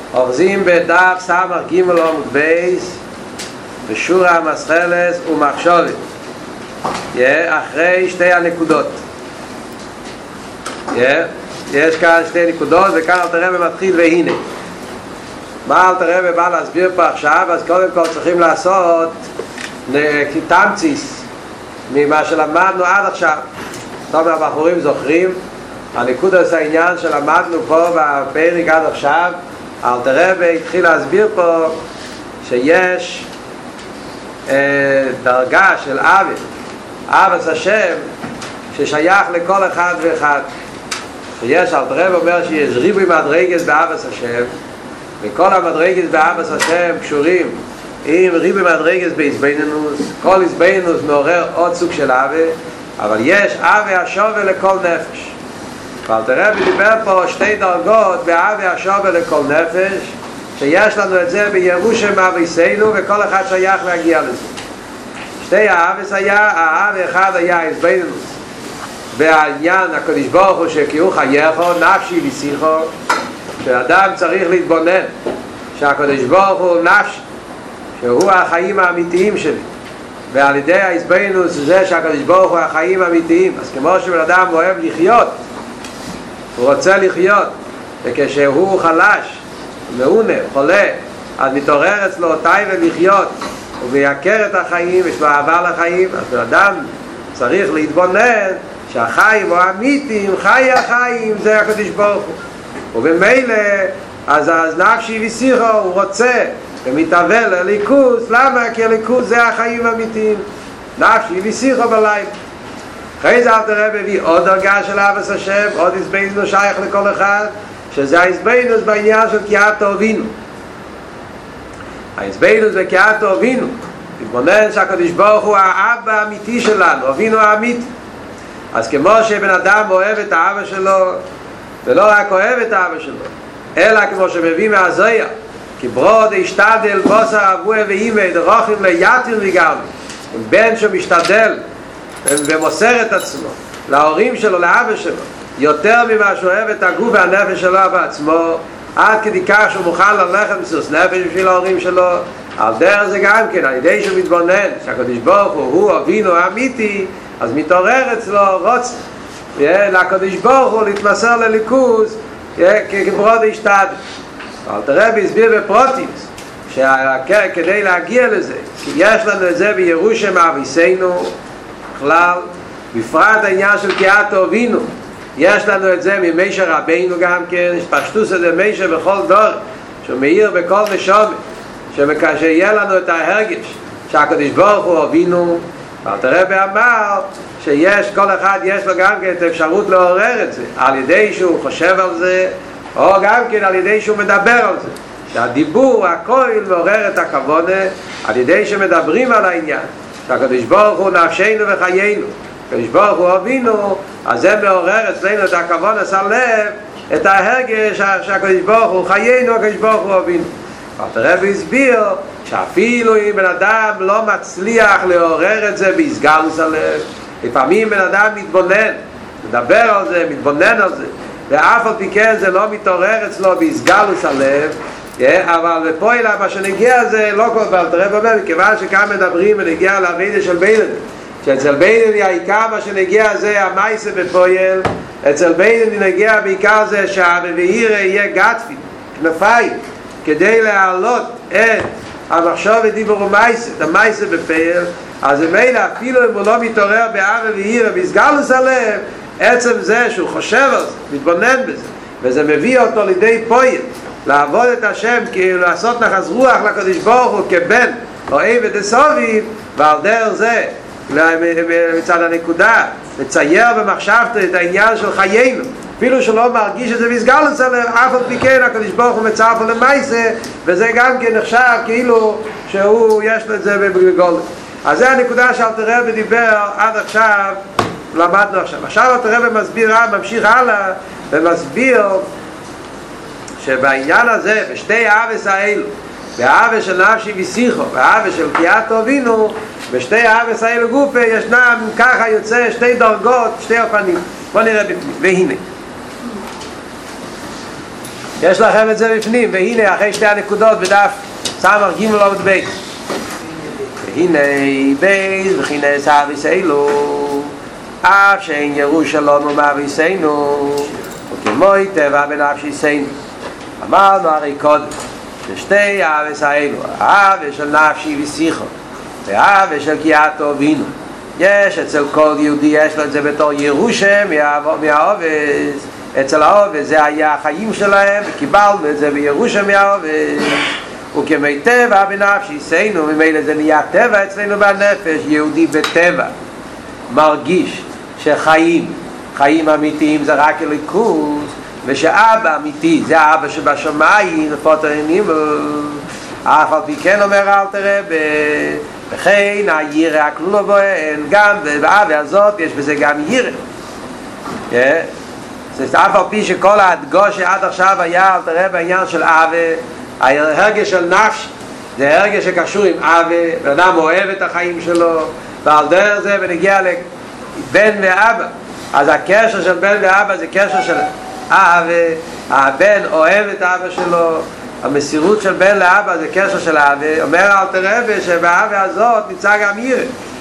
אוחזים בדף סמך ג' עמוד בייס בשורה המסחלס ומחשבת אחרי שתי הנקודות. יש כאן שתי נקודות וכאן אלתר רבי מתחיל והנה מה אלתר רבי בא להסביר פה עכשיו. אז קודם כל צריכים לעשות תמציס ממה שלמדנו עד עכשיו. טוב, הבחורים זוכרים הנקודת העניין שלמדנו פה בפרק עד עכשיו. אלתר רבי התחיל להסביר פה שיש דרגה של אבס השם ששייך לכל אחד ואחד. שיש, אלתר רבי אומר שיש ריבוי מדרגות באבס השם, וכל המדרגות באבס השם קשורים עם ריבוי מדרגות בהזבנינוס. כל הזבנינוס מעורר עוד סוג של אבל יש השווה לכל נפש. ואלתר רבי דיבר פה שתי דרגות השווה לכל נפש, שיש לנו את זה בירושה מאביסנו, וכל אחד שייך להגיע לזה. שתי האבס היה, אחד היה הזבנינוס בעניין הקדוש ברוך הוא שקיהו חייכו נפשי ושיחו, שאדם צריך להתבונן שהקדוש ברוך הוא נפשי, שהוא החיים האמיתיים שלי, ועל ידי ההזבנינוס זה שהקדוש ברוך הוא החיים האמיתיים. אז כמו שבן אדם אוהב לחיות, הוא רוצה לחיות, וכשהוא חלש, מעונה, חולה, אז מתעורר אצלו טייבה לחיות, הוא מייקר את החיים, יש לו אהבה לחיים. אז בן אדם צריך להתבונן שהחיים האמיתיים, חיי החיים, זה הקדוש ברוך הוא. ובמילא אז נפשי ושיחו הוא רוצה ומתאבל לליכוס. למה? כי הליכוס זה החיים האמיתיים, נפשי ושיחו בלילה. אחרי זה אלתר רבי הביא עוד דרגה של אבס השם, עוד הזבנינוס שייך לכל אחד, שזה ההזבנינוס בעניין של קריאת אבינו. ההזבנינוס בקריאת אבינו, להתבונן שהקדוש ברוך הוא האבא האמיתי שלנו, אבינו האמיתי. אז כמו שבן אדם אוהב את האבא שלו, ולא רק אוהב את האבא שלו, אלא כמו שמביא מהזויה, כי ברוד השתדל בוסר אבוה ואימא דרוכים ליתיר וגם, בן שמשתדל ומוסר את עצמו להורים שלו, לאבא שלו, יותר ממה שהוא אוהב את הגוף והנפש שלו בעצמו, עד כדי כך שהוא מוכן ללכת מסירות נפש בשביל ההורים שלו. על דרך זה גם כן, על ידי שהוא מתבונן שהקדוש ברוך הוא אבינו האמיתי, אז מתעורר אצלו רוצה לקדוש ברוך הוא להתמסר לליכוז כברוד השתדל. אלתר רבי הסביר בפרוטיוס שכדי להגיע לזה, כי יש לנו את זה בירושה מאביסנו בכלל, בפרט העניין של קריאת אבינו יש לנו את זה ממשה רבינו גם כן. יש פשטוס את משה בכל דור שהוא מאיר בכל נשומת, שיהיה לנו את ההרגש שהקדוש ברוך הוא אבינו. ואלתר רבי אמר שיש כל אחד יש לו גם כן את האפשרות לעורר את זה על ידי שהוא חושב על זה, או גם כן על ידי שהוא מדבר על זה, שהדיבור הכל מעורר את הכוונה על ידי שמדברים על העניין שהקדוש ברוך הוא נפשנו וחיינו, הקדוש ברוך הוא אבינו. אז זה מעורר אצלנו את הכוונה על לב, את ההרגש שהקדוש ברוך הוא חיינו, הקדוש ברוך הוא אבינו. אלתר רבי הסביר שאפילו אם בן אדם לא מצליח לעורר את זה בהסגלוס הלב, לפעמים בן אדם מתבונן, מדבר על זה, מתבונן על זה, ואף על פי כן זה לא מתעורר אצלו בהסגלוס הלב, אבל בפועל מה שנגיע זה לא כל פעם. אלתר רבי אומר מכיוון שכאן מדברים ונגיע לעבודה של בינוני, שאצל בינוני העיקר מה שנגיע זה המייסה בפועל. אצל בינוני נגיע בעיקר זה שהמבהיר יהיה גטפי, כנפיים, כדי להעלות את המחשוב ודיבור ומייסה, את המייסה בפועל. אז מילא אפילו אם הוא לא מתעורר באהבה ויראה בהסגלוס הלב, עצם זה שהוא חושב על זה, מתבונן בזה, וזה מביא אותו לידי פועל לעבוד את השם, כאילו לעשות נחס רוח לקדוש ברוך הוא כבן או עבד הסוביב, ועל דרך זה מצד הנקודה לצייר במחשבתו את העניין של חיינו, אפילו שלא מרגיש את זה בהסגלוס הלב, אף על פי כן הקדוש ברוך הוא מצרף למעשה, וזה גם כן נחשב כאילו שהוא יש לו את זה בגולת. אז זה הנקודה שאלתר רבי דיבר עד עכשיו, למדנו עכשיו. עכשיו אלתר רבי מסביר, ממשיך הלאה ומסביר שבעניין הזה, בשתי האבס האלו, באבס של נפשי ושיחו, באבס של קריאת אבינו, בשתי האבס האלו גופה ישנם ככה יוצא שתי דרגות, שתי אופנים. בוא נראה בפנים. והנה יש לכם את זה בפנים, והנה אחרי שתי הנקודות בדף סמ"ך ג' עמוד ב' והנה בייס וכינס אביסנו אף שאין ירושלנו מאביסנו וכמו טבע בנפשיסנו. אמרנו הרי קודם ששתי האבס האלו, האבס של נפשי ושיחו והאבס של קיאטו אבינו, יש אצל כל יהודי, יש לו את זה בתור ירושה מהאובס. אצל האובס זה היה החיים שלהם, וקיבלנו את זה בירושה מהאובס. וכמי טבע בנפשיסנו, ממילא זה נהיה טבע אצלנו בנפש. יהודי בטבע מרגיש שחיים, חיים אמיתיים זה רק אלוקות, ושאבא אמיתי זה האבא שבשמיים, לפוטר נימו. אף על פי כן אומר אלתר רבי, וכן הירא הכלולה בוהן, גם באבא הזאת יש בזה גם ירא. אף על פי שכל ההדגוש שעד עכשיו היה אלתר רבי בעניין של אבא, ההרגש של נפש זה הרגש שקשור עם אבא, ואדם אוהב את החיים שלו, ועל דרך זה ונגיע לבן ואבא. אז הקשר של בן ואבא זה קשר של אבא, הבן אוהב את אבא שלו, המסירות של בן לאבא זה קשר של אבא. אומר אלתר רבי שבאבא הזאת נמצא גם ירא,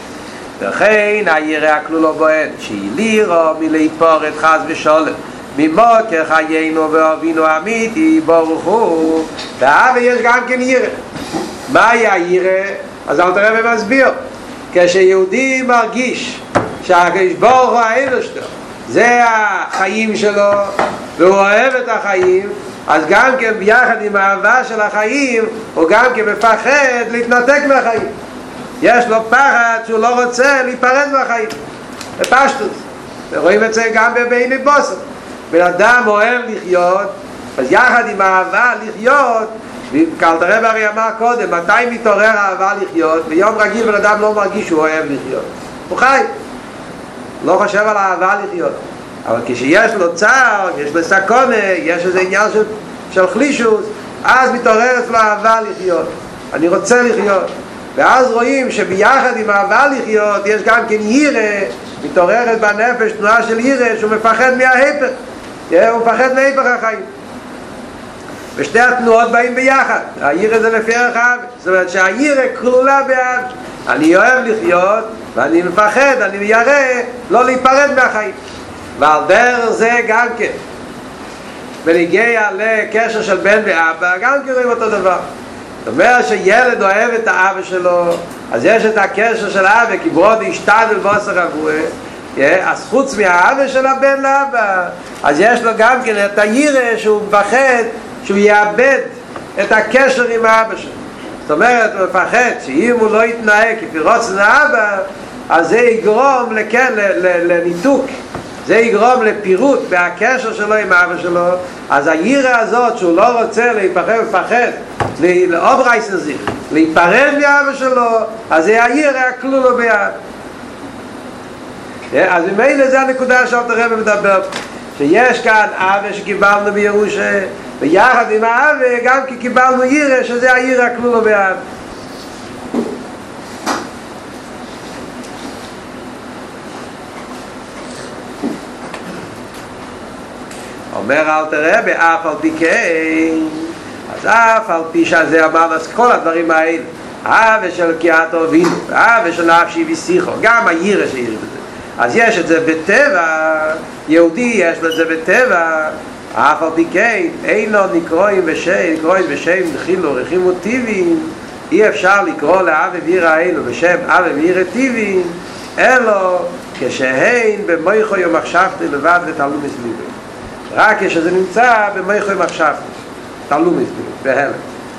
וכן הירא הכלולה בוהן שהיא לירו מלהיפורת חס ושלום ממוקר חיינו ואבינו אמיתי ברוך הוא. באבא יש גם כן ירא. מהי הירא? אז אלתר רבי מסביר, כשיהודי מרגיש שהקדוש ברוך הוא האלוה שלו זה החיים שלו והוא אוהב את החיים, אז גם כן ביחד עם האהבה של החיים הוא גם כן מפחד להתנתק מהחיים. יש לו פחד שהוא לא רוצה להיפרד מהחיים בפשטות, ורואים את זה גם בבעיני בוסר. בן אדם אוהב לחיות, אז יחד עם האהבה לחיות, אלתר רבי הרי אמר קודם, מתי מתעורר האהבה לחיות? ביום רגיל בן אדם לא מרגיש שהוא אוהב לחיות, הוא חי, לא חושב על האהבה לחיות. אבל כשיש לו צער, יש לו סכנה, יש איזה עניין של חלישוס, אז מתעורר אצלו אהבה לחיות, אני רוצה לחיות. ואז רואים שביחד עם אהבה לחיות יש גם כן ירא, מתעוררת בנפש תנועה של ירא שהוא מפחד מההיפך, הוא מפחד מההיפך החיים. ושתי התנועות באים ביחד, הירא זה לפי ערך האהבה, זאת אומרת שהירא כלולה באהבה. אני אוהב לחיות ואני מפחד, אני מיירא לא להיפרד מהחיים, ועל דרך זה גם כן ונגיע לקשר של בן ואבא גם כן רואים אותו דבר. זאת אומרת שילד אוהב את האבא שלו, אז יש את הקשר של האבא, כי ברוד ישתדל בוסר אבוה, אז חוץ מהאבא של הבן לאבא, אז יש לו גם כן את הירא שהוא מפחד שהוא יאבד את הקשר עם האבא שלו. זאת אומרת הוא מפחד שאם הוא לא יתנהג כפי רצון האבא, אז זה יגרום לניתוק, זה יגרום לפירוט בהקשר שלו עם האבא שלו. אז הירא הזאת שהוא לא רוצה מפחד לאוברייס הזה, להיפרד מאבא שלו, אז זה הירא הכלולה באבא. אז ממילא זה הנקודה שאלתר רבי מדבר, שיש כאן אבא שקיבלנו בירושה, ויחד עם האבא גם כי קיבלנו ירא, שזה הירא הכלולה באבא. אומר אלתר רבי אף על פי כן, אז אף על פי שזה אמר אז כל הדברים האלה, אהבה של קיאטו אבינו, אהבה של נפשי ושיחו, גם הירא שיש בזה, אז יש את זה בטבע, יהודי יש לו את זה בטבע. אף על פי כן אינו נקרואים בשם דחילו רחימו טבעיים, אי אפשר לקרוא לאהבה וירא האלו בשם אהבה וירא טבעיים אלו כשהן במויכו ומחשבתו לבד ותעלו מסביבו, רק כשזה נמצא במויכו ומחשבתו תעלו מסביבו בהלם.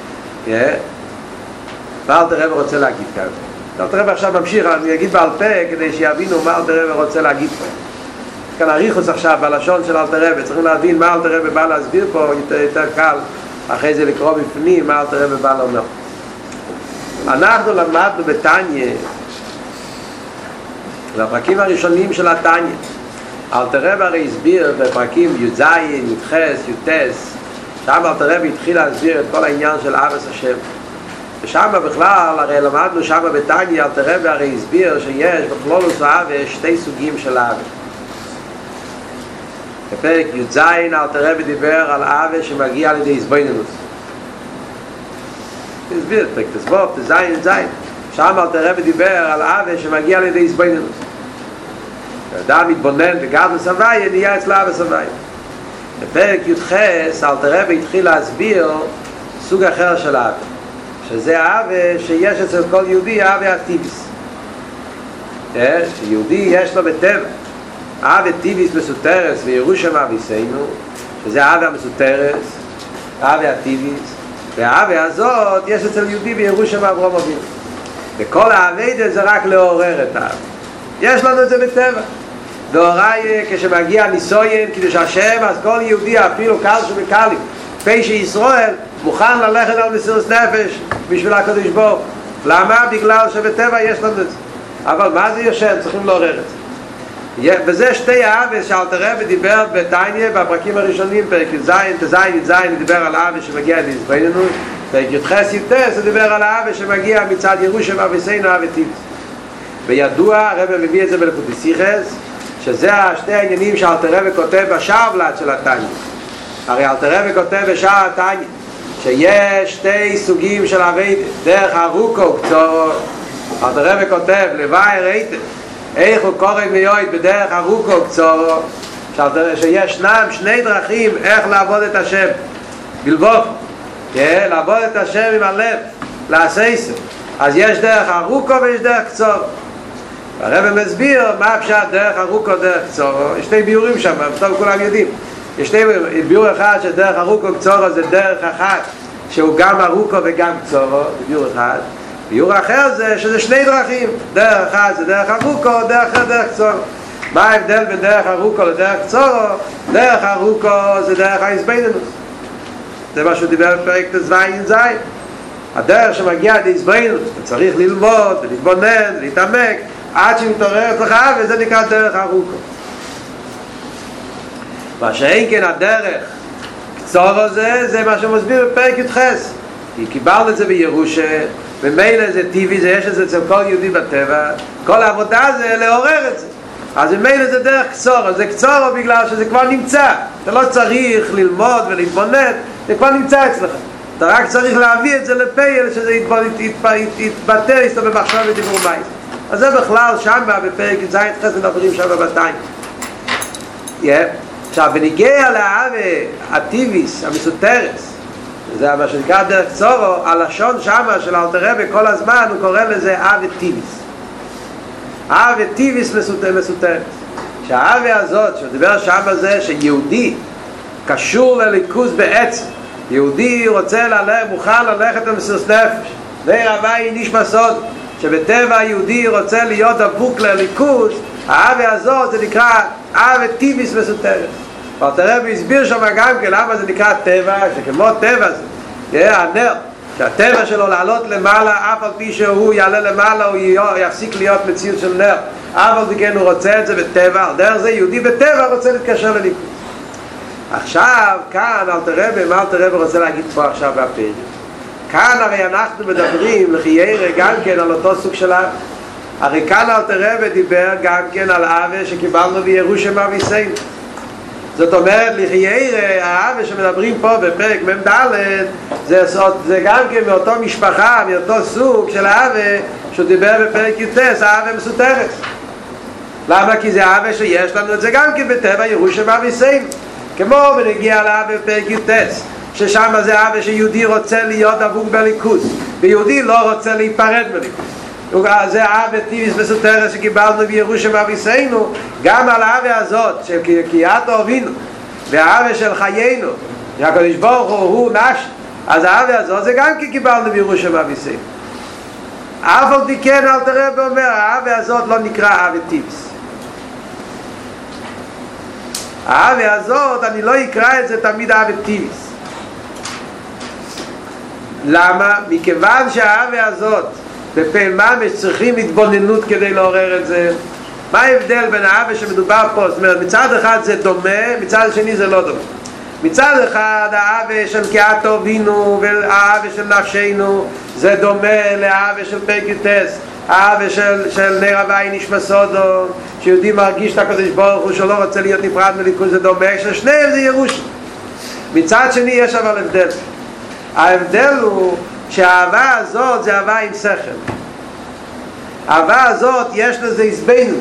מה אלתר רבי רוצה להגיד כאן? אלתר רבי עכשיו ממשיך, אני אגיד בעל פה כדי שיבינו מה אלתר רבי רוצה להגיד פה. כאן אריכוס עכשיו בלשון של אלתר רבי, צריכים להבין מה אלתר רבי בא להסביר פה, יותר קל אחרי זה לקרוא בפנים מה אלתר רבי בא לומר. אנחנו למדנו בתניא, בפרקים הראשונים של התניא, אלתר רבי הרי הסביר בפרקים י"ז, י"ח, י"ט, שם אלתר רבי התחיל להסביר את כל העניין של אהבת השם. ושם בכלל, הרי למדנו שם בתניא, אלתר רבי הרי הסביר שיש בכלולוס אהבה שתי סוגים של אהבה. בפרק י"ז אלתר רבי דיבר על אהבה שמגיע על ידי הסבוננות. הסביר, פרק תסבוב, תז, שם אלתר רבי דיבר על אהבה שמגיע על ידי הסבוננות. האדם מתבונן בגדלוס הוויה, נהיה אצל אהבה הוויה. בפרק י"ח אלתר רבי התחיל להסביר סוג אחר של אהבה, שזה אהבה שיש אצל כל יהודי, אהבה הטיביס. שיהודי יש לו בטבע אהבה טיביס מסותרס וירושם אביסנו, שזה אהבה המסותרס, אהבה הטיביס, והאהבה הזאת יש אצל יהודי בירושם אברהם אבינו. וכל האהבה זה רק לעורר את האהבה. יש לנו את זה בטבע. והוראי כשמגיע ניסויין קידוש השם, אז כל יהודי אפילו קל שמקלים פשע ישראל מוכן ללכת על מסירות נפש בשביל הקדוש ברוך. למה? בגלל שבטבע יש לנו את זה. אבל מה זה יושב? צריכים לעורר את זה. וזה שתי אהבה שאלתר רבי דיבר בתניא בפרקים הראשונים, פרק י"ז, תז, דיבר על אהבה שמגיע להסבוננות, פרק י"ח י"ט דיבר על אהבה שמגיע מצד ירושם אביסנו אהבה טיביס. וידוע, הרבי מביא את זה בליקוטי שיחס, שזה שתי העניינים שאלתר רבי כותב בשער בלט של התניא. הרי אלתר רבי כותב בשער התניא שיש שתי סוגים של עבודה, דרך ארוכה וקצרה. אלתר רבי כותב לוואי ראיתם איך הוא קורא מיועד בדרך ארוכה וקצרה, שיש שני דרכים איך לעבוד את השם בלבוב, לעבוד את השם עם הלב, לעשייסו. אז יש דרך ארוכה ויש דרך קצרה. הרב מסביר מה הפשט דרך ארוכה ודרך קצרה. יש שני ביורים שם, טוב כולם יודעים. יש שני ביור אחד שדרך ארוכה וקצרה זה דרך אחת שהוא גם ארוכה וגם קצרה, ביור אחד. ביור אחר זה שזה שני דרכים, דרך אחת זה דרך ארוכה, דרך אחר דרך קצרה. מה ההבדל בין דרך ארוכה לדרך קצרה? דרך ארוכה זה דרך ההסבוננות. זה מה שהוא דיבר בפרק תז. הדרך שמגיע להסבוננות, צריך ללמוד ולהתבונן ולהתעמק עד שמתעוררת לך, וזה נקרא דרך ארוכה. מה שאין כן הדרך קצרה זה מה שמסביר בפרק י"ח. כי קיבלנו את זה בירושה, ומילא זה טבעי, זה יש את זה אצל כל יהודי בטבע, כל העבודה זה לעורר את זה. אז ממילא זה דרך קצרה, זה קצרה בגלל שזה כבר נמצא. אתה לא צריך ללמוד ולהתבונן, זה כבר נמצא אצלך. אתה רק צריך להביא את זה לפייל, שזה יתבטא, יסתובב במחשב ודיבור בית. אז זה בכלל שם בפרק י"ז חסד מדברים שם בבתיים. עכשיו, בניגיע לאהבה הטיביס, המסותרס, זה מה שנקרא דרך קצרה, הלשון שמה של אלתר רבי כל הזמן הוא קורא לזה אהבה טיביס. אהבה טיביס מסותרס. שהאהבה הזאת, שהוא דיבר שמה זה שיהודי קשור לליכוז בעצם. יהודי רוצה מוכן ללכת למסירות נפש. והווי נשמע סוד, שבטבע היהודי רוצה להיות דבוק לליכוז, האהבה הזאת זה נקרא אהבה טיביס מסותרס. ואלתר רבי הסביר שם גם כן למה זה נקרא טבע, שכמו טבע זה הנר, שהטבע שלו לעלות למעלה, אף על פי שהוא יעלה למעלה הוא יפסיק להיות מציאות של נר, אף על פי כן הוא רוצה את זה בטבע. על דרך זה יהודי בטבע רוצה להתקשר לליכוז. עכשיו כאן אלתר רבי, מה אלתר רבי רוצה להגיד פה עכשיו בפרק? כאן הרי אנחנו מדברים לחיירה גם כן על אותו סוג של אהבה. הרי כאן אלתר רבי דיבר גם כן על אהבה שקיבלנו בירושם אביסנו. זאת אומרת, לחיירה, האהבה שמדברים פה בפרק מ"ד זה גם כן מאותו משפחה, מאותו סוג של האהבה שהוא דיבר בפרק י"ט, האהבה מסותרת. למה? כי זה האהבה שיש לנו את זה גם כן בטבע ירושם אביסנו. כמו בנגיע לאהבה בפרק י"ט, ששם זה אהבה שיהודי רוצה להיות דבוק בליכוז, ויהודי לא רוצה להיפרד בליכוז. זה אהבה טיביס מסותרס שקיבלנו בירושם אביסנו. גם על האהבה הזאת של קריאת אבינו והאהבה של חיינו, שהקדוש ברוך הוא נש, אז האהבה הזאת זה גם כי קיבלנו בירושם אביסנו. אף על פי כן אלתר רבי אומר האהבה הזאת לא נקרא אהבה טיביס. האהבה הזאת אני לא אקרא את זה תמיד אהבה טיביס. למה? מכיוון שהאהבה הזאת בפעיל ממש צריכים התבוננות כדי לעורר את זה. מה ההבדל בין האהבה שמדובר פה? זאת אומרת, מצד אחד זה דומה, מצד שני זה לא דומה. מצד אחד האהבה של קריאת אבינו והאהבה של נפשנו זה דומה לאהבה של פרק י"ט, אהבה של נר הווי נשמע סודו, שיהודי מרגיש את הקדוש ברוך הוא שלא רוצה להיות נפרד מליכוז, זה דומה, ששניהם זה ירושה. מצד שני יש אבל הבדל. ההבדל הוא שהאהבה הזאת זה אהבה עם שכל. האהבה הזאת יש לזה הסבינוס.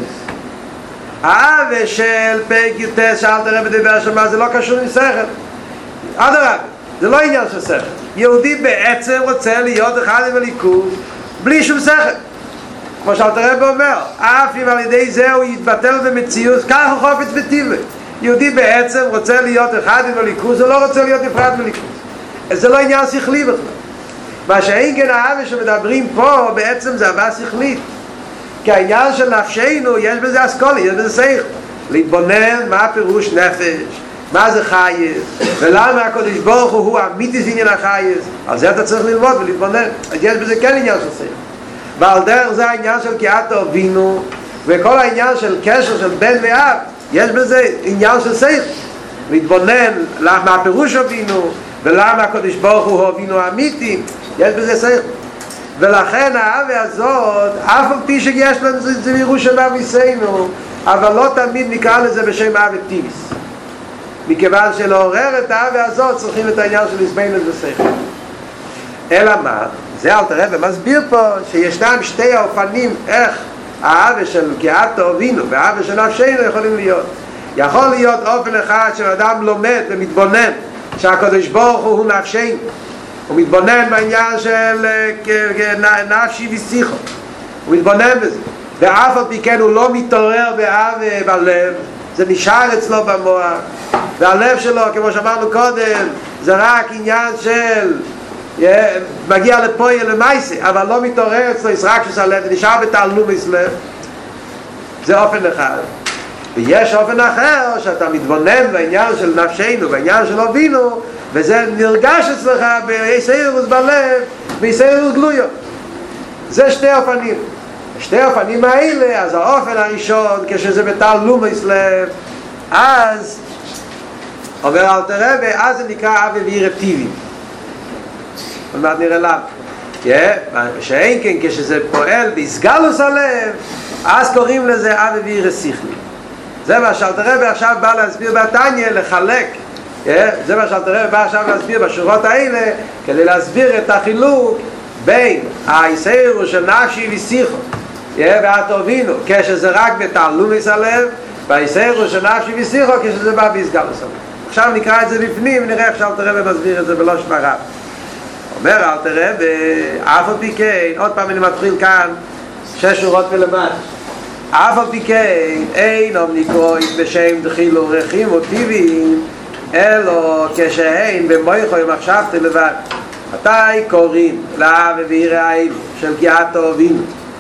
האהבה של פרק י"ט שאלת הרב דבר שמה זה לא קשור עם שכל. אדרבה, זה לא עניין של שכל. יהודי בעצם רוצה להיות אחד עם הליכוז בלי שום שכל. כמו שאלת הרב אומר, אף אם על ידי זה הוא יתבטל במציאות, כך הוא חופץ בטבע. יהודי בעצם רוצה להיות אחד עם הליכוז, הוא לא רוצה להיות נפרד מליכוז. זה לא עניין שכלי בכלל. מה שאין כן האהבה שמדברים פה בעצם זה אהבה שכלית. כי העניין של נפשנו יש בזה אסכולי, יש בזה שכל. להתבונן מה פירוש נפש, מה זה חייס, ולמה הקדוש ברוך הוא אמיתי זה עניין החייס. על זה אתה צריך ללמוד ולהתבונן. יש בזה כן עניין של שכל. ועל דרך זה העניין של קיאטו אבינו, וכל העניין של קשר של בן ואב, יש בזה עניין של שכל. להתבונן מה הפירוש אבינו, ולמה הקדוש ברוך הוא אבינו אמיתי, יש בזה שכל. ולכן האהבה הזאת, אף על פי שיש לנו זה ירושה מאביסנו, אבל לא תמיד נקרא לזה בשם אהבה טיביס. מכיוון שלעורר את האהבה הזאת צריכים את העניין של הסבינוס ושכל. אלא מה? זה אלתר רבי מסביר פה שישנם שתי האופנים איך האהבה של קיאטו אבינו והאהבה של נפשנו יכולים להיות. יכול להיות אופן אחד שאדם לומד ומתבונן שהקדוש ברוך הוא נפשנו, הוא מתבונן בעניין של נפשי ושיחו, הוא מתבונן בזה, ואף על פי כן הוא לא מתעורר באהבה בלב, זה נשאר אצלו במוח, והלב שלו כמו שאמרנו קודם זה רק עניין של מגיע לפועל למעשה, אבל לא מתעורר אצלו ישרק שסלב, זה נשאר בתעלומס לב. זה אופן אחד. ויש אופן אחר שאתה מתבונן בעניין של נפשנו, בעניין של אבינו, וזה נרגש אצלך ביסיירוס בלב, ביסיירוס גלויו. זה שתי אופנים. שתי האופנים האלה, אז האופן הראשון כשזה בתעלומס לב, אז אומר אלתר רבי, אז זה נקרא אהבה ויראה טבעי. עוד מעט נראה למה. שאין כן כשזה פועל בהסגלוס הלב, אז קוראים לזה אהבה ויראה שכלי. זה מה שאלתר רבי עכשיו בא להסביר בתניא, לחלק. זה מה שאלתר רבי בא עכשיו להסביר בשורות האלה, כדי להסביר את החילוק בין היסיירוס של נפשי ושיחו ואתו אבינו, כשזה רק בתעלומס הלב, והיסיירוס של נפשי ושיחו כשזה בא בהסגלוס הלב. עכשיו נקרא את זה בפנים ונראה איך שאלתר רבי מסביר את זה בלושן הרב. אומר אלתר רבי, אף על פי כן, עוד פעם אני מתחיל כאן 6 שורות מלמטה. אף על פי כן אין נקראים בשם דחילו רחימו טבעיים, אלו כשהן במויכו מחשבתי לבד. מתי קוראים לאהבה ויראה האלו של קיאטו אבינו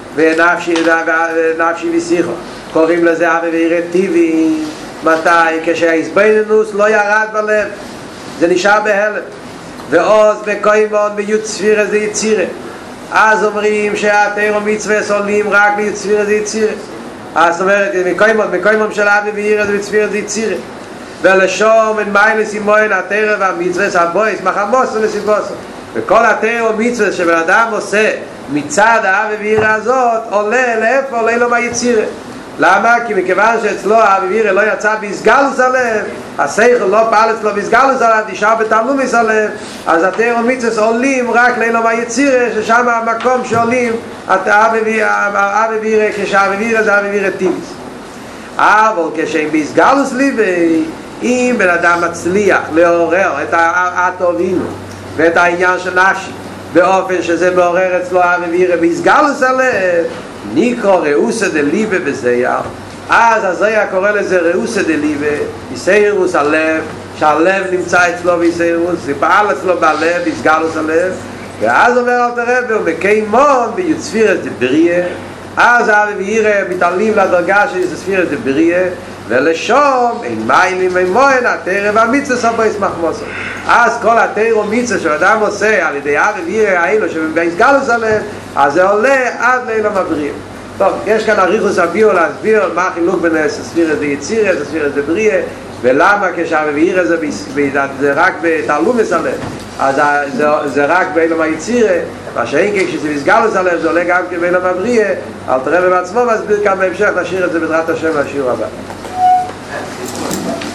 ונפשי ושיחו? קוראים לזה אהבה ויראה טבעיים. מתי? כשההסבינוס לא ירד בלב, זה נשאר בהלם. ועוז בקוימון ביוד ספירה זה יצירה, אז אומרים שהתורה ומצווה עולים רק ביוד ספירה זה יצירה. אז זאת אומרת מקוימון של אהבה ויראה זה ספירה זה יצירה. ולשום אין מיילס אימוין התורה והמצווה סבויס מחמוס ולסיבוסו, וכל התורה ומצווה שבן אדם עושה מצד האהבה ויראה הזאת עולה לאיפה? עולה לו מהיצירה. למה? כי מכיוון שאצלו האהבה ויראה לא יצא בהסגלוס הלב, השכל לא פעל אצלו בהסגלוס הלב, נשאר בתעלומס הלב, אז התורה ומצווה עולים רק לאילו מהיצירה, ששם המקום שעולים האהבה ויראה, כשהאהבה ויראה זה אהבה ויראה טיביס. אבל כשהם בהסגלוס ליבי, אם בן אדם מצליח לעורר את אתו אבינו ואת העניין של נפשי באופן שזה מעורר אצלו אהבה ויראה בהסגלוס הלב, נקרא ראוסא דליבה בזייר. אז הזייר קורא לזה ראוסא דליבה, יסיירוס הלב, שהלב נמצא אצלו ביסיירוס, זה פעל אצלו בלב, בהסגלוס הלב. ואז אומר אלתר רבי, ומקיימון ביוד ספירס דבריאה, אז האהבה ויראה מתעלים לדרגה של ספירס דבריאה, ולשום אין מיילים אין מוין התורה והמצווה סבויס מחמוסו. אז כל התורה ומצווה שאדם עושה על ידי אהבה ויראה האלו שבהסגלוס הלב, אז זה עולה עד לאילום הבריאה. טוב, יש כאן אריכוס הביאו להסביר מה החילוק בין ספירס ויצירס, ספירס ובריאה, ולמה כשהמבהיר הזה זה רק בתעלומס הלב, אז זה רק באילום היצירה, מה שאין כשזה מסגלוס הלב זה עולה גם באילום הבריאה, אל תראה בעצמו מסביר כאן בהמשך, נשאיר את זה בעזרת השם לשיעור הבא.